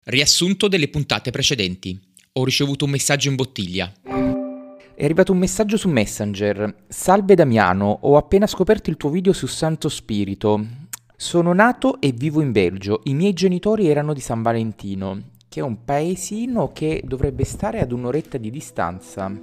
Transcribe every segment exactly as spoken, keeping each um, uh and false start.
Riassunto delle puntate precedenti. Ho ricevuto un messaggio in bottiglia. È arrivato un messaggio su Messenger. Salve Damiano, ho appena scoperto il tuo video su Santo Spirito. Sono nato e vivo in Belgio. I miei genitori erano di San Valentino, che è un paesino che dovrebbe stare ad un'oretta di distanza.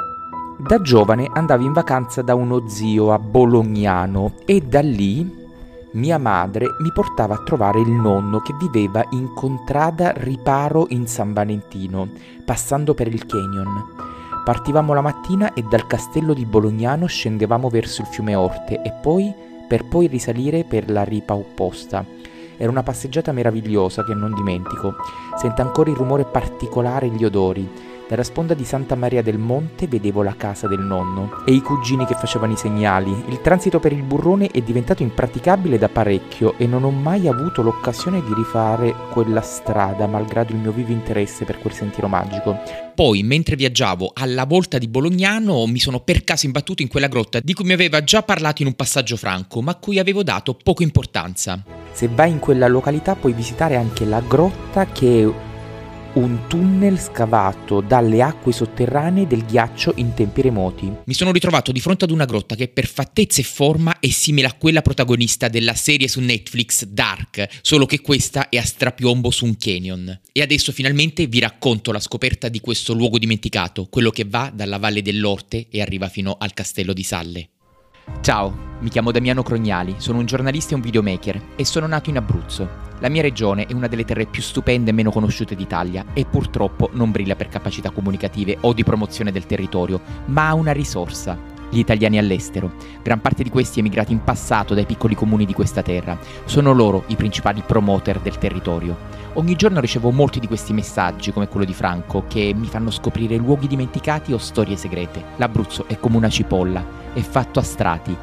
Da giovane andavo in vacanza da uno zio a Bolognano e da lì mia madre mi portava a trovare il nonno che viveva in contrada Riparo in San Valentino, passando per il canyon. Partivamo la mattina e dal castello di Bolognano scendevamo verso il fiume Orte e poi per poi risalire per la ripa opposta. Era una passeggiata meravigliosa che non dimentico. Sento ancora il rumore particolare e gli odori. Dalla sponda di Santa Maria del Monte vedevo la casa del nonno e i cugini che facevano i segnali. Il transito per il burrone è diventato impraticabile da parecchio e non ho mai avuto l'occasione di rifare quella strada, malgrado il mio vivo interesse per quel sentiero magico. Poi, mentre viaggiavo alla volta di Bolognano, mi sono per caso imbattuto in quella grotta di cui mi aveva già parlato in un passaggio franco, ma a cui avevo dato poca importanza. Se vai in quella località puoi visitare anche la grotta, che è un tunnel scavato dalle acque sotterranee del ghiaccio in tempi remoti. Mi sono ritrovato di fronte ad una grotta che per fattezza e forma è simile a quella protagonista della serie su Netflix Dark, solo che questa è a strapiombo su un canyon. E adesso finalmente vi racconto la scoperta di questo luogo dimenticato, quello che va dalla Valle dell'Orte e arriva fino al Castello di Salle. Ciao, mi chiamo Damiano Crognali, sono un giornalista e un videomaker e sono nato in Abruzzo. La mia regione è una delle terre più stupende e meno conosciute d'Italia e purtroppo non brilla per capacità comunicative o di promozione del territorio, ma ha una risorsa: gli italiani all'estero. Gran parte di questi emigrati in passato dai piccoli comuni di questa terra. Sono loro i principali promoter del territorio. Ogni giorno ricevo molti di questi messaggi, come quello di Franco, che mi fanno scoprire luoghi dimenticati o storie segrete. L'Abruzzo è come una cipolla, è fatto a strati.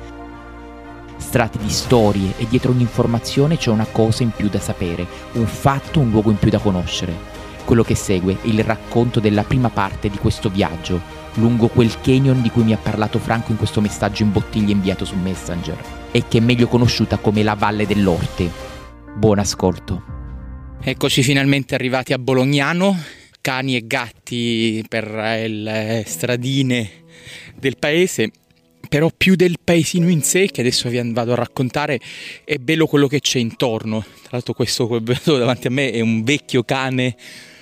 Strati di storie e dietro ogni informazione c'è una cosa in più da sapere, un fatto, un luogo in più da conoscere. Quello che segue è il racconto della prima parte di questo viaggio, lungo quel canyon di cui mi ha parlato Franco in questo messaggio in bottiglia inviato su Messenger, e che è meglio conosciuta come la Valle dell'Orte. Buon ascolto. Eccoci finalmente arrivati a Bolognano, cani e gatti per le stradine del paese. Però più del paesino in sé, che adesso vi vado a raccontare, è bello quello che c'è intorno. Tra l'altro questo che vedo davanti a me è un vecchio cane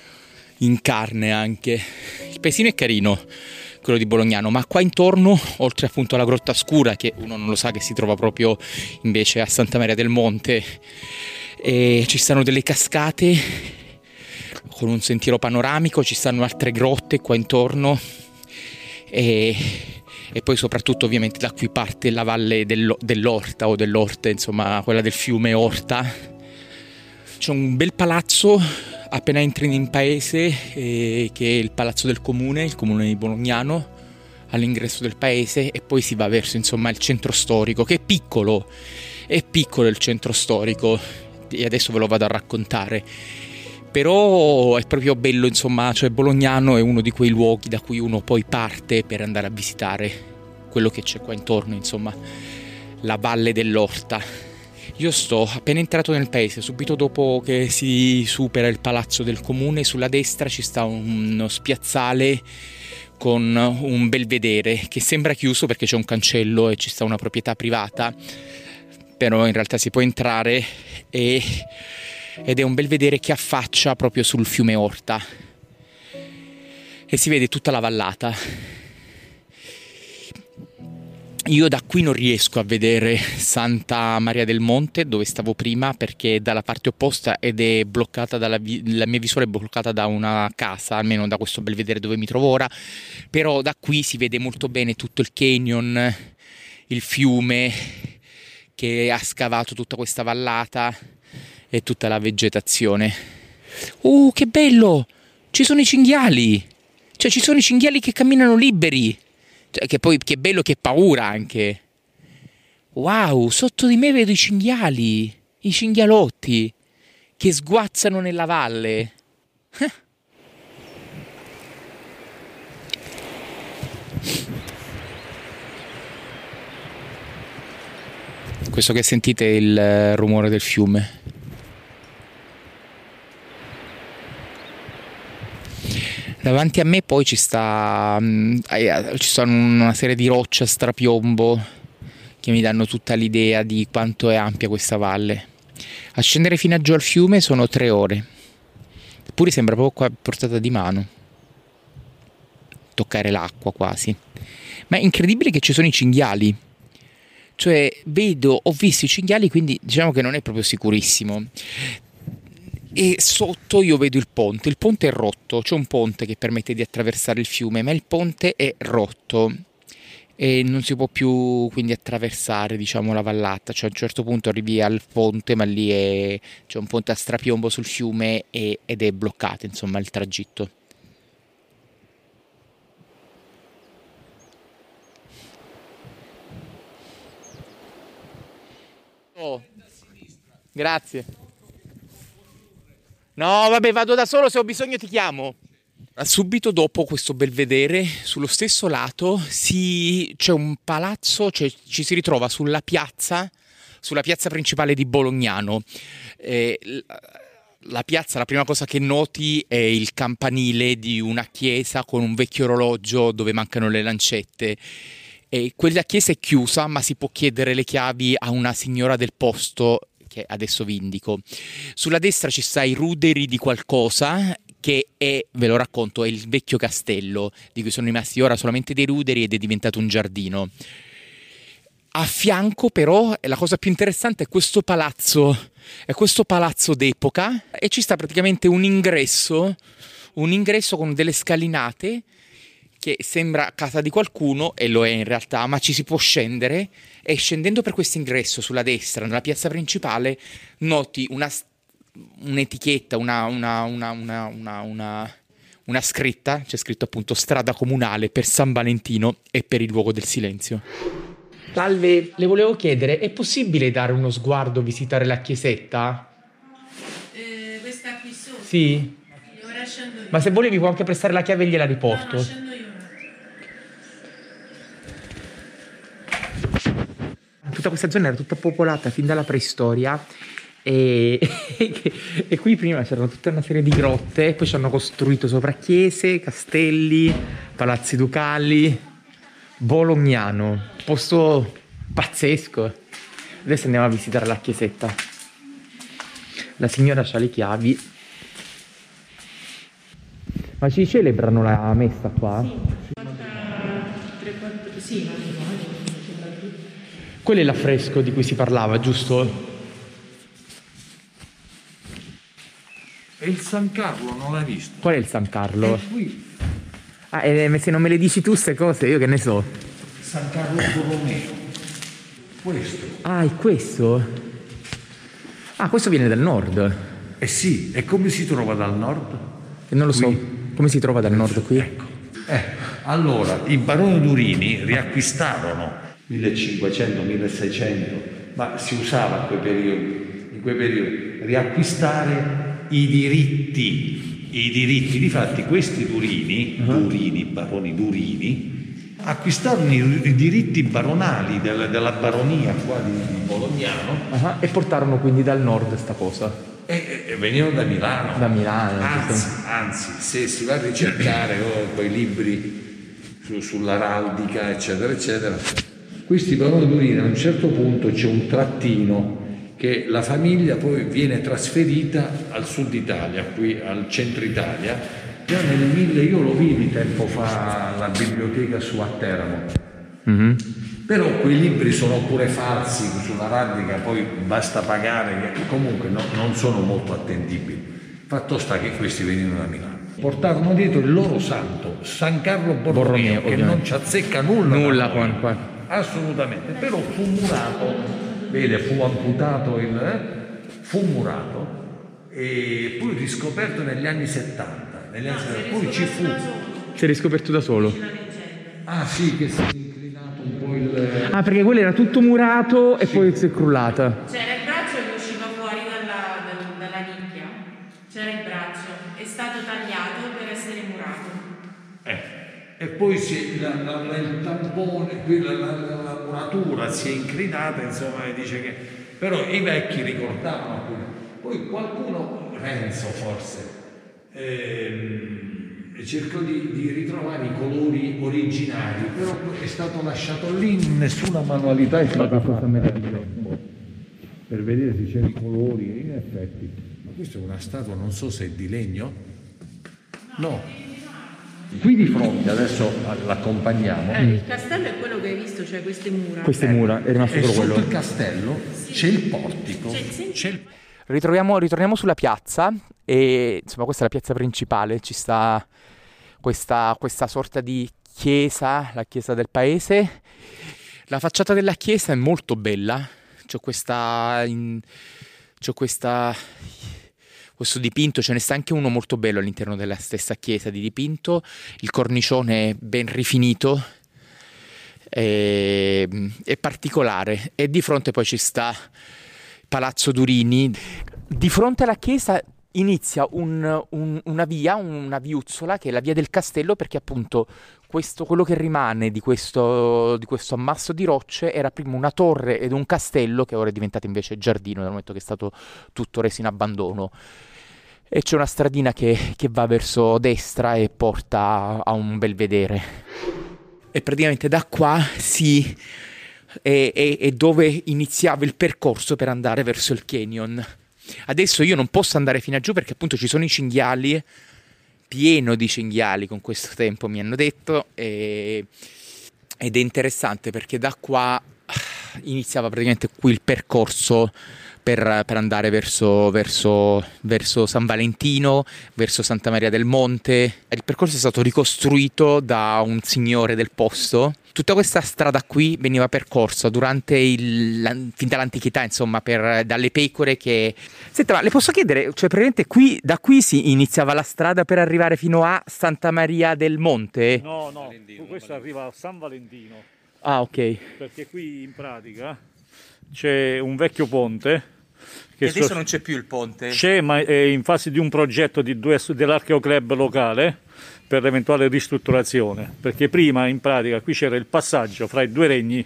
in carne anche. Il paesino è carino, quello di Bolognano, ma qua intorno, oltre appunto alla Grotta Scura, che uno non lo sa che si trova proprio invece a Santa Maria del Monte, e ci stanno delle cascate con un sentiero panoramico, ci stanno altre grotte qua intorno e... E poi soprattutto ovviamente da qui parte la valle dell'Orta o dell'Orte, insomma quella del fiume Orta. C'è un bel palazzo appena entri in paese, eh, che è il palazzo del comune, il comune di Bolognano, all'ingresso del paese, e poi si va verso insomma il centro storico, che è piccolo, è piccolo il centro storico, e adesso ve lo vado a raccontare. Però è proprio bello, insomma, cioè Bolognano è uno di quei luoghi da cui uno poi parte per andare a visitare quello che c'è qua intorno, insomma, la Valle dell'Orta. Io sto appena entrato nel paese, subito dopo che si supera il palazzo del comune, sulla destra ci sta uno spiazzale con un belvedere che sembra chiuso perché c'è un cancello e ci sta una proprietà privata, però in realtà si può entrare e... ed è un belvedere che affaccia proprio sul fiume Orta e si vede tutta la vallata. Io da qui non riesco a vedere Santa Maria del Monte, dove stavo prima, perché è dalla parte opposta ed è bloccata dalla vi- la mia visuale è bloccata da una casa, almeno da questo belvedere dove mi trovo ora. Però da qui si vede molto bene tutto il canyon, il fiume che ha scavato tutta questa vallata e tutta la vegetazione. Uh, che bello! Ci sono i cinghiali! Cioè, ci sono i cinghiali che camminano liberi! Cioè, che poi, che bello, che paura anche! Wow, sotto di me vedo i cinghiali! I cinghialotti! Che sguazzano nella valle! Questo che sentite è il rumore del fiume. Davanti a me poi ci sta mh, ci sono una serie di rocce a strapiombo che mi danno tutta l'idea di quanto è ampia questa valle. A scendere fino a giù al fiume sono tre ore, eppure sembra proprio qua a portata di mano, toccare l'acqua quasi. Ma è incredibile che ci sono i cinghiali, cioè vedo, ho visto i cinghiali, quindi diciamo che non è proprio sicurissimo. E sotto io vedo il ponte, il ponte è rotto, c'è un ponte che permette di attraversare il fiume, ma il ponte è rotto e non si può più quindi attraversare, diciamo, la vallata, cioè a un certo punto arrivi al ponte, ma lì è, c'è un ponte a strapiombo sul fiume e, ed è bloccato, insomma, il tragitto. Oh, grazie. No, vabbè, vado da solo, se ho bisogno ti chiamo. Subito dopo questo belvedere, sullo stesso lato, si... c'è un palazzo, cioè ci si ritrova sulla piazza, sulla piazza principale di Bolognano. Eh, la piazza, la prima cosa che noti è il campanile di una chiesa con un vecchio orologio dove mancano le lancette. E quella chiesa è chiusa, ma si può chiedere le chiavi a una signora del posto, che adesso vi indico. Sulla destra ci sta i ruderi di qualcosa che è, ve lo racconto, è il vecchio castello di cui sono rimasti ora solamente dei ruderi ed è diventato un giardino. A fianco però la cosa più interessante è questo palazzo, è questo palazzo d'epoca e ci sta praticamente un ingresso, un ingresso con delle scalinate che sembra casa di qualcuno, e lo è in realtà, ma ci si può scendere, e scendendo per questo ingresso sulla destra, nella piazza principale, noti una, un'etichetta, una, una, una, una, una, una, una scritta, c'è scritto appunto strada comunale per San Valentino e per il luogo del silenzio. Salve, le volevo chiedere, è possibile dare uno sguardo, visitare la chiesetta? Eh, questa qui sotto? Sì. Ora scendo io. Ma se vuole mi può anche prestare la chiave e gliela riporto. No, no, scendo io. Tutta questa zona era tutta popolata fin dalla preistoria e, e qui prima c'erano tutta una serie di grotte, poi ci hanno costruito sopra chiese, castelli, palazzi ducali. Bolognano, posto pazzesco. Adesso andiamo a visitare la chiesetta. La signora ha le chiavi. Ma ci celebrano la messa qua? Sì. Quello è l'affresco di cui si parlava, giusto? E il San Carlo non l'hai visto? Qual è il San Carlo? È qui. Ah, e se non me le dici tu queste cose, io che ne so? San Carlo Borromeo. Questo. Ah, è questo? Ah, questo viene dal nord. Eh sì, e come si trova dal nord? E non lo so. Qui. Come si trova dal nord qui? Ecco. Eh, allora, i baroni Durini riacquistarono millecinquecento milleseicento, ma si usava in quei periodi, in quei periodi riacquistare i diritti, i diritti. Difatti questi Durini, uh-huh. Durini, baroni Durini, acquistarono i, i diritti baronali del, della baronia qua di, di Bolognano. Uh-huh. E portarono quindi dal nord sta cosa. E, e venivano da Milano. Da Milano. Anzi, anzi, se si va a ricercare oh, quei libri su, sull'araldica, eccetera, eccetera, questi baroni Durini a un certo punto c'è un trattino che la famiglia poi viene trasferita al sud Italia, qui al centro Italia. Già nel mille, io lo vidi tempo fa alla biblioteca su a Teramo. Mm-hmm. Però quei libri sono pure falsi sull'araldica, poi basta pagare, comunque no, non sono molto attendibili. Fatto sta che questi venivano da Milano. Portarono dietro il loro santo, San Carlo Borromeo, Borromeo che ovviamente non ci azzecca nulla. Nulla qua, qua. Assolutamente, però fu murato, vede, fu amputato, il, eh? fu murato e poi riscoperto negli anni settanta. Negli anni settanta. Poi ci fu. Si è riscoperto da solo? Ah sì, che si è inclinato un po' il... Ah, perché quello era tutto murato e sì. Poi si è crollata. C'era il braccio che usciva fuori dalla, dal, dalla nicchia, c'era il braccio, è stato tagliato per essere murato. Eh. E poi si, la, la, la, il tampone, qui la, la, la muratura si è inclinata, insomma, e dice che... Però i vecchi ricordavano, poi qualcuno, Renzo forse, ehm, cercò di, di ritrovare i colori originali, però è stato lasciato lì, nessuna manualità è stata fatta per vedere se c'erano i colori, in effetti. Ma questa è una statua, non so se è di legno? No. Qui di fronte, adesso l'accompagniamo. Eh, il castello è quello che hai visto, cioè queste mura. Queste mura, è rimasto E solo sotto quello. il castello c'è il portico. C'è il sen- C'è il... Ritroviamo, ritorniamo sulla piazza e insomma questa è la piazza principale, ci sta questa, questa sorta di chiesa, la chiesa del paese. La facciata della chiesa è molto bella, c'è questa, in, c'è questa, questo dipinto, ce ne sta anche uno molto bello all'interno della stessa chiesa di dipinto, il cornicione è ben rifinito, è, è particolare e di fronte poi ci sta Palazzo Durini. Di fronte alla chiesa inizia un, un, una via, una viuzzola che è la via del castello, perché appunto questo, quello che rimane di questo, di questo ammasso di rocce era prima una torre ed un castello che ora è diventato invece giardino dal momento che è stato tutto reso in abbandono. E c'è una stradina che, che va verso destra e porta a un belvedere. E praticamente da qua si... È, è, è dove iniziava il percorso per andare verso il canyon. Adesso io non posso andare fino a giù perché appunto ci sono i cinghiali, pieno di cinghiali con questo tempo mi hanno detto, e, ed è interessante perché da qua iniziava praticamente qui il percorso per, per andare verso, verso, verso San Valentino, verso Santa Maria del Monte. Il percorso è stato ricostruito da un signore del posto. Tutta questa strada qui veniva percorsa durante il, la, fin dall'antichità, insomma, per, dalle pecore che... Senta, ma le posso chiedere, cioè praticamente qui, da qui si iniziava la strada per arrivare fino a Santa Maria del Monte? No, no, questo arriva a San Valentino. Ah, ok. Perché qui in pratica c'è un vecchio ponte. Che E adesso so- non c'è più il ponte? C'è, ma è in fase di un progetto di due, dell'Archeo Club locale per l'eventuale ristrutturazione, perché prima in pratica qui c'era il passaggio fra i due regni,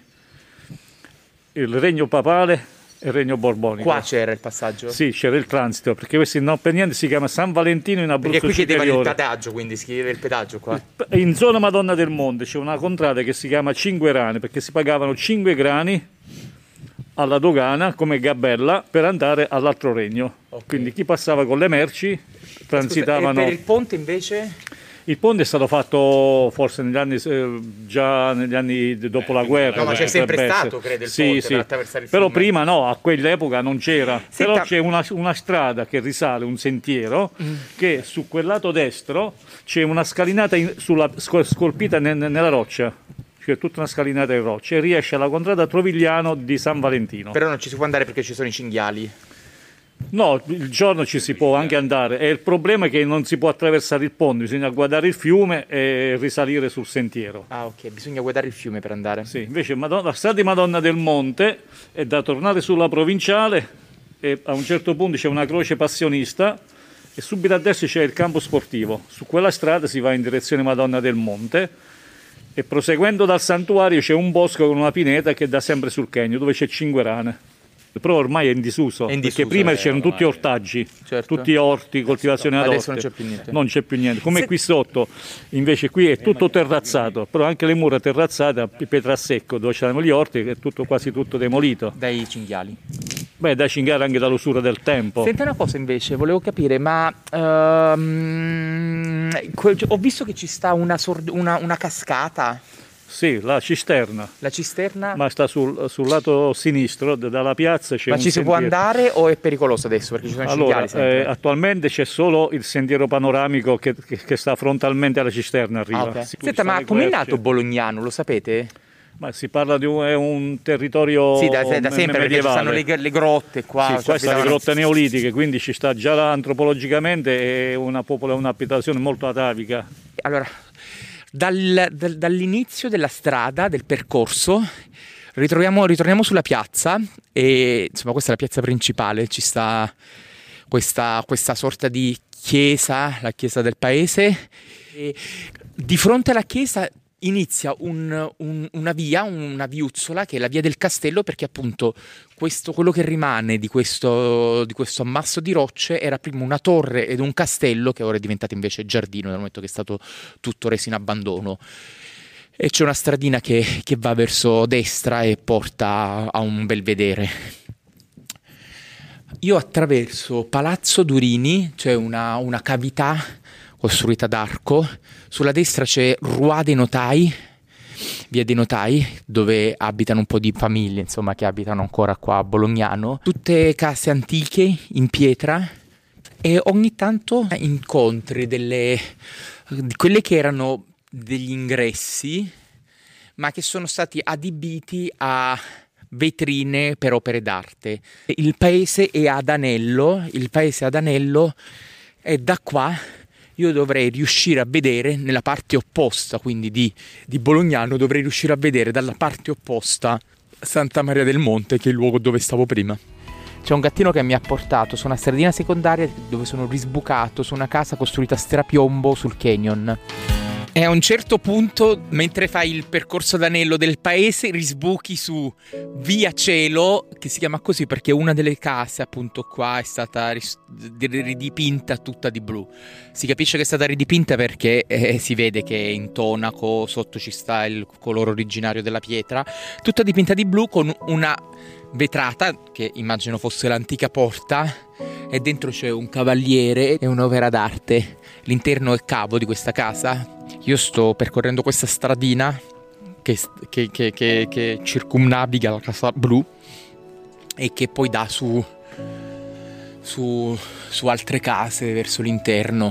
il regno papale e il regno borbonico. Qua c'era il passaggio? Sì, c'era il transito, perché questo non per niente si chiama San Valentino in Abruzzo Perché qui chiedevano il Superiore. pedaggio, quindi si chiedeva il pedaggio qua. In zona Madonna del Monte c'è una contrada che si chiama Cinque Rane, perché si pagavano cinque grani alla dogana come gabella per andare all'altro regno. Ok. Quindi chi passava con le merci transitavano. Scusa, e per il ponte invece? Il ponte è stato fatto forse negli anni, eh, già negli anni dopo la guerra. No, ma c'è potrebbe sempre essere. stato, credo, il Sì, ponte sì. per attraversare il Però fiume. prima no, a quell'epoca non c'era. Senta- Però c'è una, una strada che risale, un sentiero, Mm. che su quel lato destro c'è una scalinata in- sulla- scol- scolpita ne- nella roccia. C'è tutta una scalinata in roccia e riesce alla contrada Trovigliano di San Valentino. Però non ci si può andare perché ci sono i cinghiali. No, il giorno ci si può anche andare e il problema è che non si può attraversare il ponte, bisogna guardare il fiume e risalire sul sentiero. Ah, ok, bisogna guardare il fiume per andare. Sì, invece Madonna- la strada di Madonna del Monte è da tornare sulla provinciale e a un certo punto c'è una croce passionista e subito a destra c'è il campo sportivo. Su quella strada si va in direzione Madonna del Monte e proseguendo dal santuario c'è un bosco con una pineta che dà sempre sul Kenio dove c'è Cinque Rane. Però ormai è in disuso, È in disuso, perché prima eh, c'erano tutti ortaggi, Certo. tutti orti, coltivazione ad Adesso orte. non c'è più niente. Non c'è più niente. Come Se- qui sotto, invece qui è tutto terrazzato, però anche le mura terrazzate a pietra a secco, dove c'erano gli orti, è tutto, quasi tutto demolito. Dai cinghiali. Beh, da cinghiale anche dall'usura del tempo. Senta una cosa invece, volevo capire, ma ehm, que- ho visto che ci sta una, sor- una- una cascata, Sì, la cisterna, la cisterna, ma, ma sta sul, sul lato sinistro, d- dalla piazza c'è un ci si può sentiero. andare o è pericoloso adesso perché ci sono i Allora, cinghiali sempre? eh, attualmente c'è solo il sentiero panoramico che, che- che sta frontalmente alla cisterna, arriva. Ah, ok. Sì, Senta, ma sale com'è querce. nato Bolognano, lo sapete? Ma si parla di un, è un territorio Sì, da, da me- sempre, perché ci medievale. stanno le, le grotte qua. Sì, cioè, queste sono le abitavano- grotte neolitiche, quindi ci sta già là antropologicamente, è una popola, un'abitazione molto atavica. Allora, dal- dal- dall'inizio della strada, del percorso, ritroviamo, ritorniamo sulla piazza e insomma questa è la piazza principale, ci sta questa, questa sorta di chiesa, la chiesa del paese. E di fronte alla chiesa inizia un, un, una via, una viuzzola che è la via del castello, perché appunto questo, quello che rimane di questo, di questo ammasso di rocce era prima una torre ed un castello che ora è diventato invece giardino dal momento che è stato tutto reso in abbandono. E c'è una stradina che, che va verso destra e porta a un belvedere. Io attraverso Palazzo Durini, cioè una, una cavità costruita d'arco. Sulla destra c'è Rua dei Notai, via dei Notai, dove abitano un po' di famiglie, insomma, che abitano ancora qua a Bolognano. Tutte case antiche in pietra e ogni tanto incontri delle di quelle che erano degli ingressi, ma che sono stati adibiti a vetrine per opere d'arte. Il paese è ad anello, il paese ad anello e da qua io dovrei riuscire a vedere nella parte opposta, quindi di, di Bolognano, dovrei riuscire a vedere dalla parte opposta Santa Maria del Monte, che è il luogo dove stavo prima. C'è un gattino che mi ha portato su una stradina secondaria dove sono risbucato su una casa costruita a strapiombo sul canyon. E a un certo punto, mentre fai il percorso d'anello del paese, risbuchi su Via Cielo, che si chiama così perché una delle case appunto qua è stata ris- ridipinta tutta di blu. Si capisce che è stata ridipinta perché eh, si vede che è in tonaco, sotto ci sta il colore originario della pietra, tutta dipinta di blu con una vetrata, che immagino fosse l'antica porta, e dentro c'è un cavaliere e un'opera d'arte. L'interno è cavo di questa casa. Io sto percorrendo questa stradina che, che, che, che, che circumnaviga la casa blu e che poi dà su, su, su altre case verso l'interno.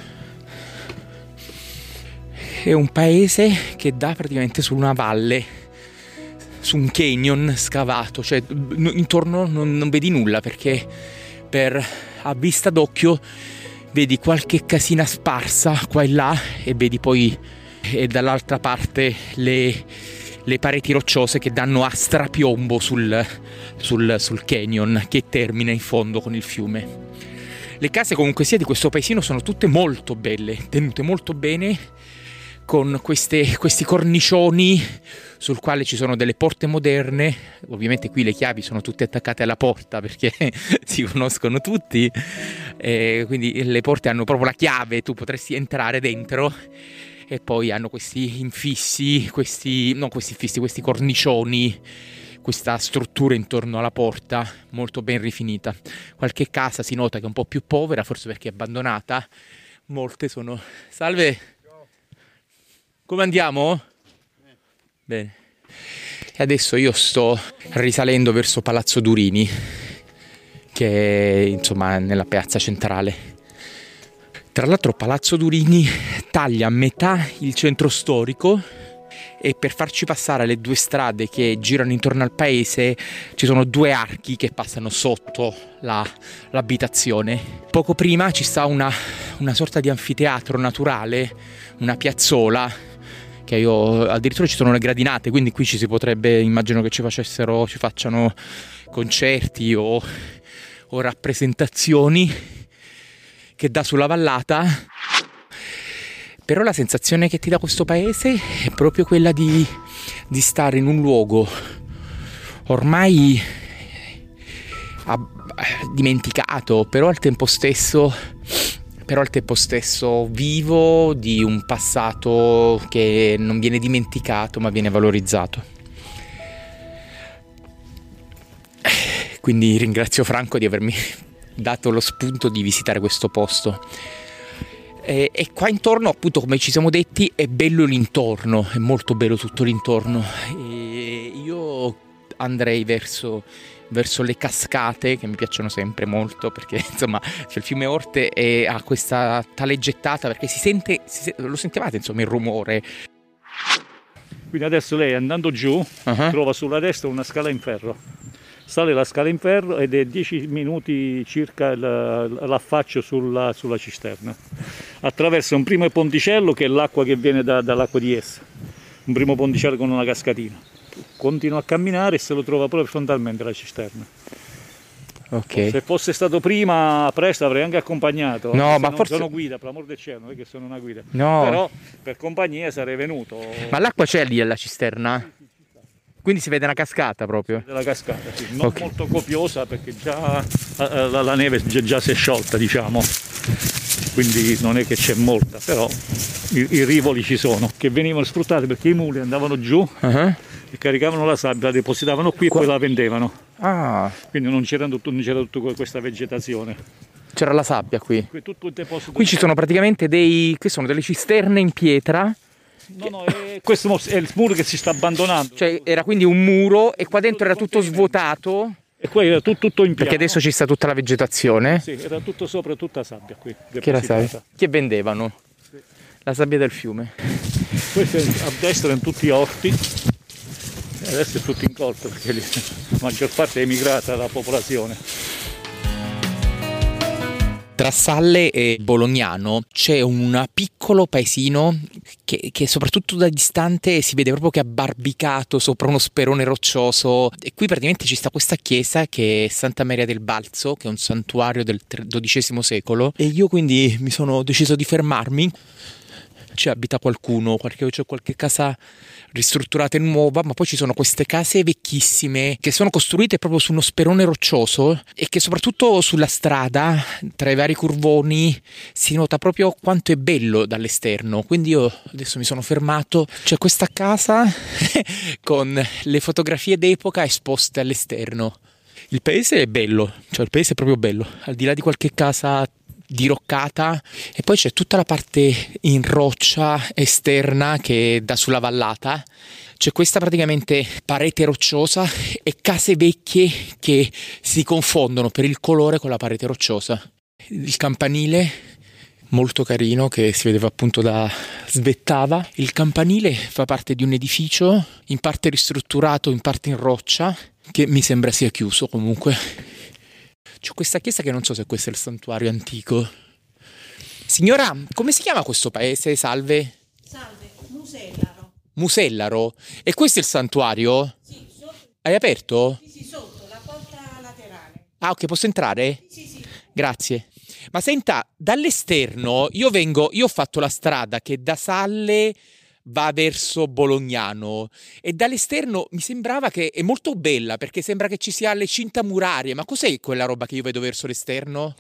È un paese che dà praticamente su una valle, su un canyon scavato, cioè intorno non, non vedi nulla perché per a vista d'occhio vedi qualche casina sparsa qua e là e vedi poi e dall'altra parte le, le pareti rocciose che danno a strapiombo sul, sul, sul canyon che termina in fondo con il fiume. Le case comunque sia di questo paesino sono tutte molto belle, tenute molto bene, con queste, questi cornicioni sul quale ci sono delle porte moderne. Ovviamente qui le chiavi sono tutte attaccate alla porta perché si conoscono tutti, e quindi le porte hanno proprio la chiave, tu potresti entrare dentro, e poi hanno questi infissi, questi, non questi infissi, questi cornicioni, questa struttura intorno alla porta molto ben rifinita. Qualche casa si nota che è un po' più povera, forse perché è abbandonata. Molte sono... Salve! Come andiamo? Bene. E adesso io sto risalendo verso Palazzo Durini, che è insomma nella piazza centrale. Tra l'altro Palazzo Durini taglia a metà il centro storico e per farci passare le due strade che girano intorno al paese ci sono due archi che passano sotto la, l'abitazione. Poco prima ci sta una, una sorta di anfiteatro naturale, una piazzola, che io addirittura ci sono le gradinate, quindi qui ci si potrebbe, immagino che ci facessero, ci facciano concerti o, o rappresentazioni, che dà sulla vallata. Però la sensazione che ti dà questo paese è proprio quella di, di stare in un luogo ormai dimenticato, però al tempo stesso però al tempo stesso vivo, di un passato che non viene dimenticato ma viene valorizzato. Quindi ringrazio Franco di avermi dato lo spunto di visitare questo posto. E, e qua intorno, appunto, come ci siamo detti, è bello l'intorno, è molto bello tutto l'intorno. E io andrei verso... verso le cascate, che mi piacciono sempre molto, perché insomma c'è il fiume Orte e ha questa tale gettata, perché si sente, si, lo sentivate insomma il rumore. Quindi adesso lei, andando giù, uh-huh, trova sulla destra una scala in ferro, sale la scala in ferro ed è dieci minuti circa l'affaccio sulla, sulla cisterna. Attraversa un primo ponticello, che è l'acqua che viene da, dall'acqua di essa, un primo ponticello con una cascatina. Continua a camminare e se lo trova proprio frontalmente la cisterna. Ok. Se fosse stato prima, presto, avrei anche accompagnato. No, ma non forse... sono guida, per l'amor del cielo, non è che sono una guida. No. Però per compagnia sarei venuto. Ma l'acqua c'è lì alla cisterna? Quindi si vede una cascata proprio? Della cascata, sì. Non Ok. molto copiosa perché già la, la- la neve già, già si è sciolta, diciamo. Quindi non è che c'è molta, però i, i rivoli ci sono, che venivano sfruttati perché i muli andavano giù Uh-huh. e caricavano la sabbia, la depositavano qui e poi la vendevano. Ah, Quindi non c'era tutto, non c'era tutta questa vegetazione. c'era la sabbia qui. Qui, tutto il deposito. Qui ci sono praticamente dei... Qui sono delle cisterne in pietra. No, no, è, questo è il muro che si sta abbandonando. Cioè era quindi un muro e qua dentro era tutto svuotato. E qua era tutto, tutto in piano. Perché adesso ci sta tutta la vegetazione. Sì, era tutto sopra, tutta sabbia qui. Che la sai? depositata. Che vendevano? La sabbia del fiume. Questo è- a destra erano tutti orti. E adesso è tutto incolto perché lì la maggior parte è emigrata la popolazione. Tra Salle e Bolognano c'è un piccolo paesino che, che soprattutto da distante si vede proprio che è abbarbicato sopra uno sperone roccioso, e qui praticamente ci sta questa chiesa che è Santa Maria del Balzo, che è un santuario del dodicesimo secolo, e io quindi mi sono deciso di fermarmi. Ci abita qualcuno, qualche, c'è qualche casa ristrutturata e nuova, ma poi ci sono queste case vecchissime che sono costruite proprio su uno sperone roccioso e che soprattutto sulla strada, tra i vari curvoni, si nota proprio quanto è bello dall'esterno. Quindi io adesso mi sono fermato, c'è questa casa con le fotografie d'epoca esposte all'esterno. Il paese è bello, cioè il paese è proprio bello, al di là di qualche casa diroccata, e poi c'è tutta la parte in roccia esterna che dà sulla vallata. C'è questa praticamente parete rocciosa e case vecchie che si confondono per il colore con la parete rocciosa. Il campanile molto carino che si vedeva appunto da svettava. Il campanile fa parte di un edificio in parte ristrutturato, in parte in roccia, che mi sembra sia chiuso comunque. C'è questa chiesa che non so se questo è il santuario antico. Signora, come si chiama questo paese? Salve? Salve, Musellaro. Musellaro. E questo è il santuario? Sì, sotto, Hai aperto? sì, sì, sotto, la porta laterale. Ah, ok, posso entrare? Sì, sì. Grazie. Ma senta, dall'esterno io vengo, io ho fatto la strada che da Salle va verso Bolognano e dall'esterno mi sembrava che è molto bella perché sembra che ci sia le cinta murarie. Ma cos'è quella roba che io vedo verso l'esterno?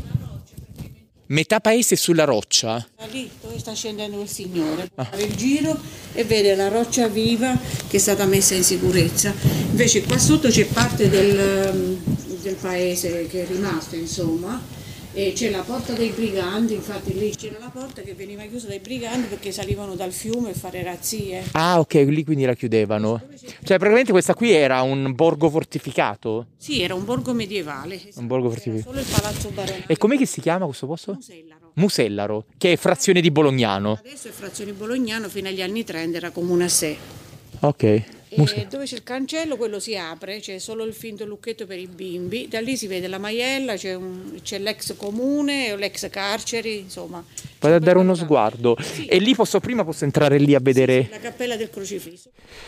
Metà paese sulla roccia. Da lì dove sta scendendo il signore, fa il giro e vede la roccia viva che è stata messa in sicurezza. Invece qua sotto c'è parte del, del paese che è rimasto, insomma. E c'è la porta dei briganti, infatti lì c'era la porta che veniva chiusa dai briganti perché salivano dal fiume a fare razzie. Ah, ok, lì quindi la chiudevano. Cioè, praticamente questa qui era un borgo fortificato? Sì, era un borgo medievale. Un borgo C'era fortificato. solo il palazzo baronale. E com'è che si chiama questo posto? Musellaro. Musellaro, che è frazione di Bolognano. Adesso è frazione Bolognano, fino agli anni trenta era comune a sé. Ok. E dove c'è il cancello, quello si apre, c'è solo il finto lucchetto per i bimbi, da lì si vede la maiella, c'è, un- c'è l'ex comune o l'ex carceri, insomma. Vado a C'è dare uno per sguardo. Sì. E lì posso prima posso entrare lì a vedere. la cappella del crocifisso.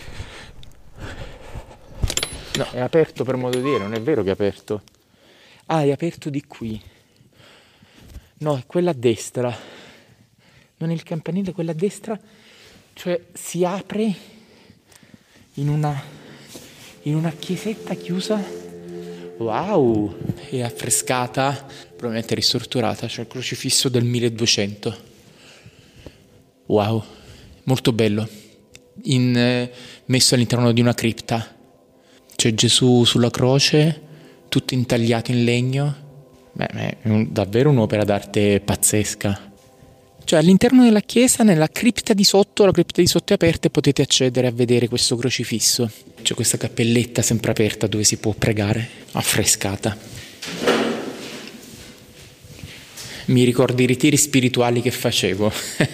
No, è aperto per modo di dire, non è vero che è aperto. Ah, è aperto di qui. No, è quella a destra. Non è il campanile, quella a destra. Cioè si apre in una in una chiesetta chiusa. Wow, è affrescata, probabilmente ristrutturata. C'è il crocifisso del milleduecento. Wow, molto bello. In, eh, messo all'interno di una cripta. C'è Gesù sulla croce, tutto intagliato in legno. Beh, è un- davvero un'opera d'arte pazzesca. Cioè all'interno della chiesa, nella cripta di sotto, la cripta di sotto è aperta e potete accedere a vedere questo crocifisso. C'è questa cappelletta sempre aperta dove si può pregare, affrescata. Mi ricordo i ritiri spirituali che facevo.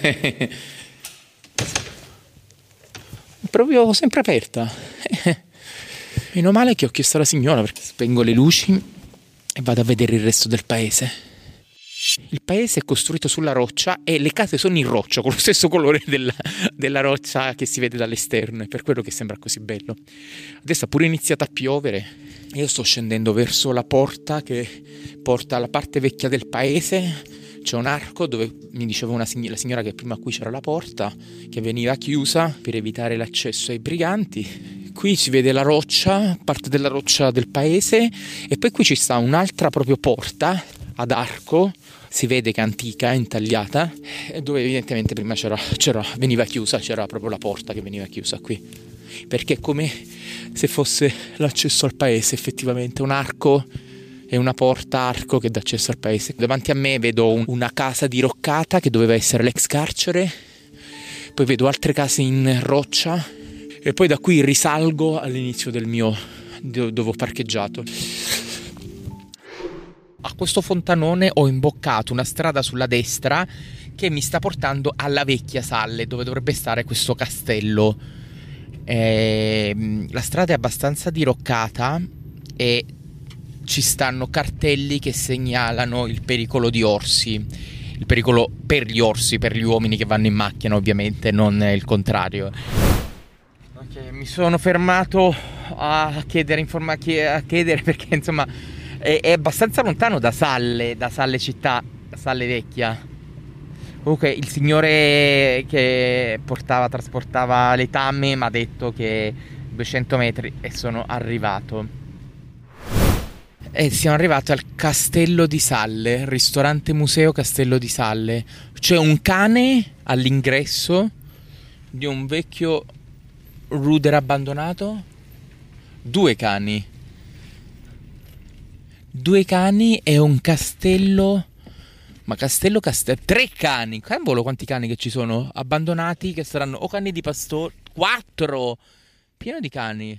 Proprio sempre aperta. Meno male che ho chiesto alla signora perché spengo le luci e vado a vedere il resto del paese. Il paese è costruito sulla roccia e le case sono in roccia, con lo stesso colore della, della roccia che si vede dall'esterno, è per quello che sembra così bello. Adesso ha pure iniziato a piovere e io sto scendendo verso la porta che porta alla parte vecchia del paese. C'è un arco dove mi diceva una sign- la signora che prima qui c'era la porta che veniva chiusa per evitare l'accesso ai briganti. Qui si vede la roccia, parte della roccia del paese, e poi qui ci sta un'altra proprio porta ad arco, si vede che è antica, è intagliata, dove evidentemente prima c'era, c'era, veniva chiusa, c'era proprio la porta che veniva chiusa qui, perché è come se fosse l'accesso al paese, effettivamente un arco e una porta arco che dà accesso al paese. Davanti a me vedo un, una casa diroccata che doveva essere l'ex carcere, poi vedo altre case in roccia e poi da qui risalgo all'inizio del mio, dove ho parcheggiato. A questo fontanone ho imboccato una strada sulla destra che mi sta portando alla vecchia Salle, dove dovrebbe stare questo castello. E, la strada è abbastanza diroccata e ci stanno cartelli che segnalano il pericolo di orsi. Il pericolo per gli orsi, per gli uomini che vanno in macchina ovviamente, non il contrario. Okay, mi sono fermato a chiedere, informa- a chiedere perché insomma è, è abbastanza lontano da Salle, da Salle città, da Salle vecchia. Comunque il signore che portava, trasportava le tamme mi ha detto che duecento metri e sono arrivato. E siamo arrivati al Castello di Salle, ristorante museo Castello di Salle. C'è un cane all'ingresso di un vecchio ruder abbandonato. Due cani. Due cani e un castello. Ma castello castello. Tre cani. Cavolo, quanti cani che ci sono abbandonati, che saranno o cani di pastore. Quattro. Pieno di cani.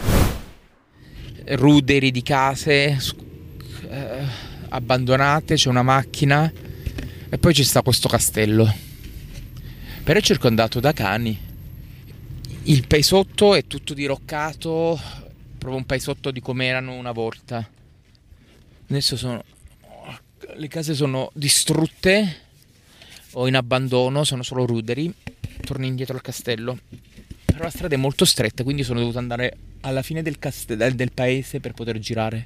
Ruderi di case eh, abbandonate, c'è una macchina e poi ci sta questo castello, però è circondato da cani. Il paesotto è tutto diroccato, proprio un paesotto di come erano una volta. Adesso sono le case sono distrutte o in abbandono, sono solo ruderi. Torno indietro al castello, però la strada è molto stretta, quindi sono dovuto andare alla fine del, cast- del paese per poter girare.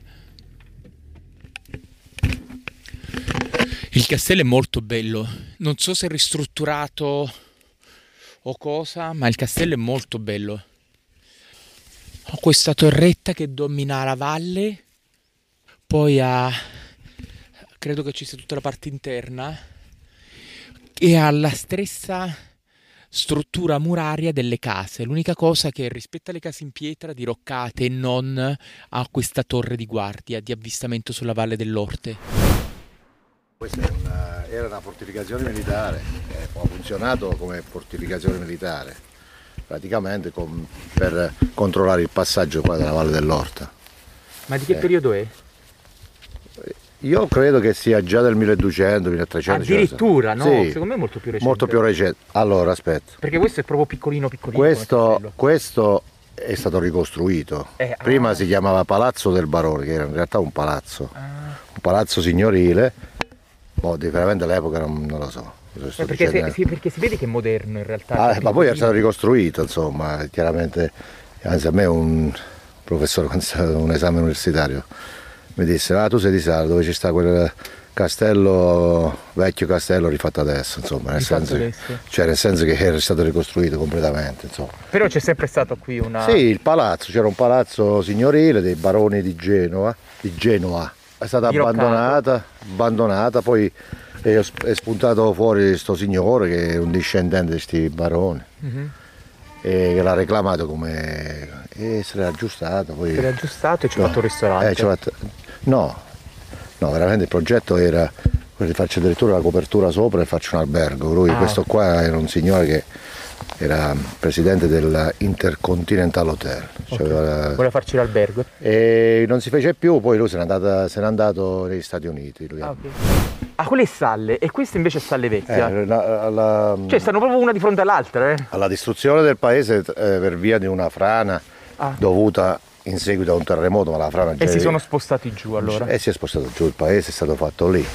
Il castello è molto bello, non so se è ristrutturato o cosa, ma il castello è molto bello. Ho questa torretta che domina la valle, poi ha, credo che ci sia tutta la parte interna, e ha la stessa struttura muraria delle case. L'unica cosa che rispetto alle case in pietra diroccate e non, ha questa torre di guardia di avvistamento sulla valle dell'Orte. Questa è una, era una fortificazione militare, eh, ha funzionato come fortificazione militare praticamente con, per controllare il passaggio qua della valle dell'Orta. Ma di che eh. periodo è? Io credo che sia già del milleduecento milletrecento. Addirittura, no? Sì, secondo me è molto più recente. Molto più recente. Allora, aspetta. Perché questo è proprio piccolino piccolino. Questo, questo è stato ricostruito. Eh, Prima ah. si chiamava Palazzo del Barone, che era in realtà un palazzo. Ah. Un palazzo signorile. Boh, veramente all'epoca non, non lo so. Eh, perché, se, sì, perché si vede che è moderno in realtà. Ah, ma poi è stato ricostruito, insomma, chiaramente. Anzi, a me un professore, quando è stato un esame universitario, mi disse: ah, tu sei di Sala, dove ci sta quel castello, vecchio castello rifatto adesso, insomma, nel senso, adesso. Cioè nel senso che era stato ricostruito completamente, insomma. Però c'è sempre stato qui una... Sì, il palazzo, c'era un palazzo signorile dei baroni di Genova, di Genoa, è stata abbandonata, abbandonata, poi è spuntato fuori sto signore che è un discendente di questi baroni. Mm-hmm. E che l'ha reclamato come e se l'ha aggiustato poi... se l'ha aggiustato e ci ha no, fatto un ristorante eh, fatto... no no veramente il progetto era quello di farci addirittura la copertura sopra e faccio un albergo. Lui ah. questo qua era un signore che era presidente dell'Intercontinental Hotel, okay. Cioè, voleva farci l'albergo e non si fece più, poi lui se n'è andato, se n'è andato negli Stati Uniti lui. Ah, okay. Ah, quelle è Salle e questa invece è Salle Vecchia. Eh, la, la, cioè stanno proprio una di fronte all'altra. Eh? Alla distruzione del paese eh, per via di una frana ah. dovuta in seguito a un terremoto, ma la frana già... E si sono spostati giù allora? E si è spostato giù, il paese è stato fatto lì.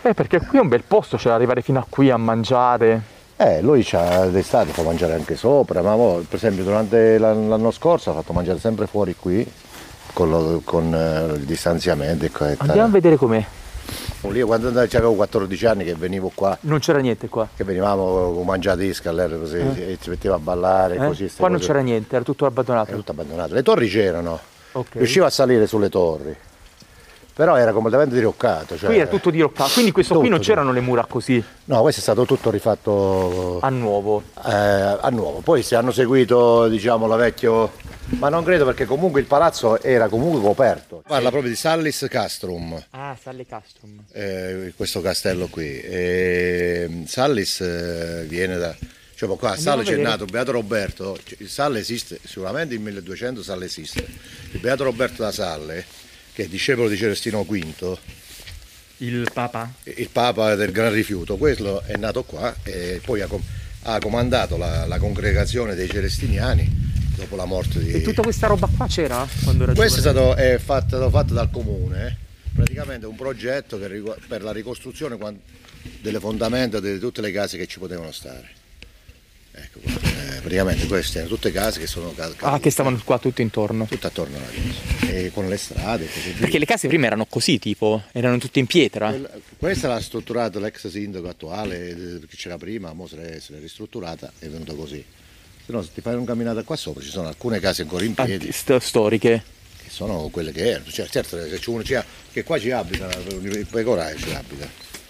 Eh, perché qui è un bel posto, cioè arrivare fino a qui a mangiare. Eh, lui c'ha d'estate fa mangiare anche sopra, ma mo, per esempio durante l'anno scorso ha fatto mangiare sempre fuori qui, con, lo, con uh, il distanziamento. Ecco, andiamo a vedere com'è. Lì quando avevo quattordici anni che venivo qua. Non c'era niente qua? Che venivamo con mangiatisca all'era così, eh. e ci metteva a ballare. Eh? Così, qua non cose. c'era niente, era tutto abbandonato? Era tutto abbandonato. Le torri c'erano, okay. Riusciva a salire sulle torri. Però era completamente diroccato. Cioè, qui era tutto diroccato, quindi questo tutto, qui non c'erano le mura così? No, questo è stato tutto rifatto a nuovo. Eh, a nuovo. Poi se hanno seguito, diciamo, la vecchio, ma non credo perché comunque il palazzo era comunque coperto. Parla proprio di Sallis Castrum. Ah, Sallis Castrum. Eh, questo castello qui. E Sallis eh, viene da. Cioè, qua a Salle c'è nato Beato Roberto. Il Salle esiste, sicuramente in milleduecento Salle esiste. Il Beato Roberto da Salle, che è discepolo di Celestino quinto, il Papa? Il Papa del Gran Rifiuto, quello è nato qua e poi ha, com- ha comandato la, la congregazione dei Celestiniani dopo la morte di... E tutta questa roba qua c'era quando era Questo giovane? È stato è fatto, fatto dal comune, eh? Praticamente un progetto che rigu- per la ricostruzione delle fondamenta di tutte le case che ci potevano stare. Ecco, eh, praticamente queste erano tutte case che sono cadute. Ah, che stavano qua tutto intorno? Tutto attorno alla chiesa. E con le strade e così via. Perché le case prima erano così, tipo, erano tutte in pietra? Quella, questa l'ha strutturato l'ex sindaco attuale, che c'era prima, mo se l'è, se l'è ristrutturata, è venuta così. Se no, se ti fai un camminata qua sopra, ci sono alcune case ancora in piedi. Ah, storiche? Che sono quelle che erano. Cioè, certo, se c'è uno c'è, che qua ci abita, il pecoraio ci abita.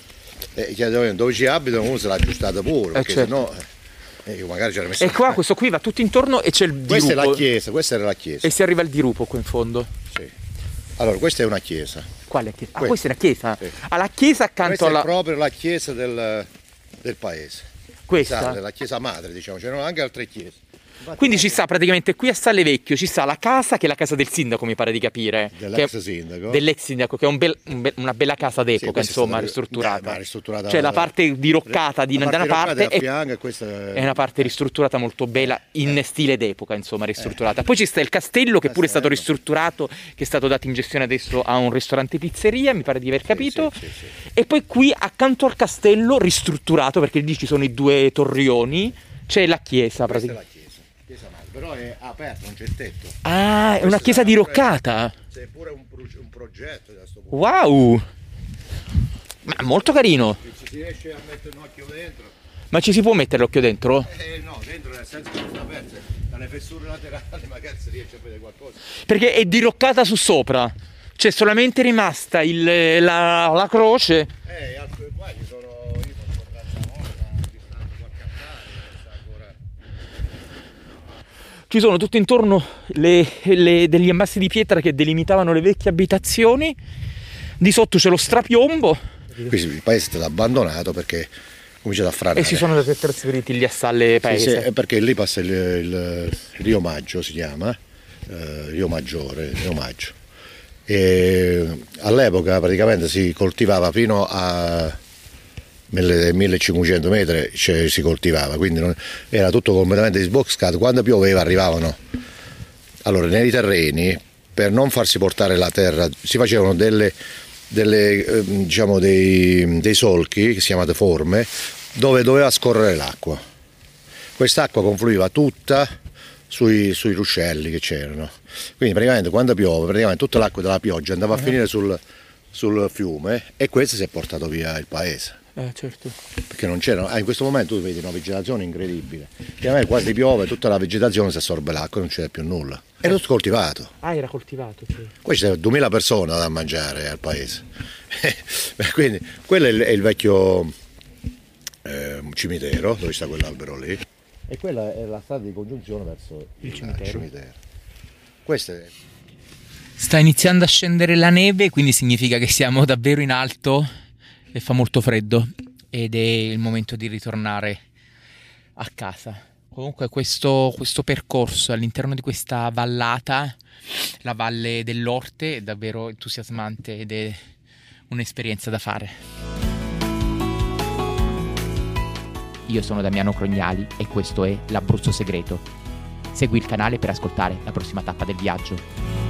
E dove ci abitano uno se l'ha aggiustata pure, perché eh certo. sennò... Eh, magari c'era messo... E qua questo qui va tutto intorno e c'è il dirupo. Questa è la chiesa, questa era la chiesa. E si arriva al dirupo qua in fondo. Sì. Allora, questa è una chiesa. Quale chiesa? Ah, questa è una chiesa? Sì. Ah, la chiesa accanto questa alla... è proprio la chiesa del, del paese. Questa? Sale, la chiesa madre, diciamo, c'erano anche altre chiese. Infatti, quindi ci sta praticamente qui a Salle Vecchio, ci sta la casa che è la casa del sindaco, mi pare di capire. Dell'ex sindaco. Dell'ex sindaco, che è un bel, un be- una bella casa d'epoca, sì, insomma, ristrutturata. Beh, ristrutturata. Cioè la parte diroccata di, la da una parte è, fianco, e questa è una parte ristrutturata molto bella, in eh. stile d'epoca, insomma, ristrutturata. Eh. Poi ci sta il castello che pure è stato ristrutturato, che è stato dato in gestione adesso a un ristorante pizzeria, mi pare di aver capito. Sì, sì, sì, sì. E poi qui accanto al castello, ristrutturato, perché lì ci sono i due torrioni, c'è la chiesa praticamente. Chiesa madre, però è aperto, non c'è il tetto. Ah, è una chiesa diroccata. C'è pure un, un progetto da sto punto. Wow! Ma molto carino. Se si riesce a mettere un occhio dentro. Ma ci si può mettere l'occhio dentro? Eh no, dentro nel senso che non sta aperto. Dalle fessure laterali magari si riesce a vedere qualcosa. Perché è diroccata su sopra. C'è solamente rimasta il, la, la croce. Eh, altri qua ci sono. Ci sono tutto intorno le, le, degli amassi di pietra che delimitavano le vecchie abitazioni. Di sotto c'è lo strapiombo. Qui il paese è stato abbandonato perché comincia a franare. E si sono trasferiti lì a Salle Paese. Sì, sì, perché lì passa il, il, il Rio Maggio, si chiama, eh, Rio Maggiore, Rio Maggio. E all'epoca praticamente si coltivava fino a millecinquecento metri, cioè, si coltivava, quindi non, era tutto completamente disboscato. Quando pioveva arrivavano, allora nei terreni, per non farsi portare la terra, si facevano delle, delle eh, diciamo dei, dei solchi, che si chiamate forme, dove doveva scorrere l'acqua. Quest'acqua confluiva tutta sui, sui ruscelli che c'erano, quindi praticamente quando piove, praticamente tutta l'acqua della pioggia andava a finire sul, sul fiume, e questo si è portato via il paese. Eh, certo. Perché non c'era, ah, in questo momento tu vedi una vegetazione incredibile. Chiaramente quasi piove, tutta la vegetazione si assorbe l'acqua e non c'è più nulla. Era tutto coltivato. Ah, era coltivato, sì. Qua ci sono duemila persone da mangiare al paese. Quindi quello è il, è il vecchio eh, cimitero, dove sta quell'albero lì. E quella è la strada di congiunzione verso il, il cimitero. cimitero. Questo è... Sta iniziando a scendere la neve, quindi significa che siamo davvero in alto e fa molto freddo ed è il momento di ritornare a casa. Comunque questo, questo percorso all'interno di questa vallata, la Valle dell'Orte, è davvero entusiasmante ed è un'esperienza da fare. Io sono Damiano Crognali e questo è l'Abruzzo Segreto. Segui il canale per ascoltare la prossima tappa del viaggio.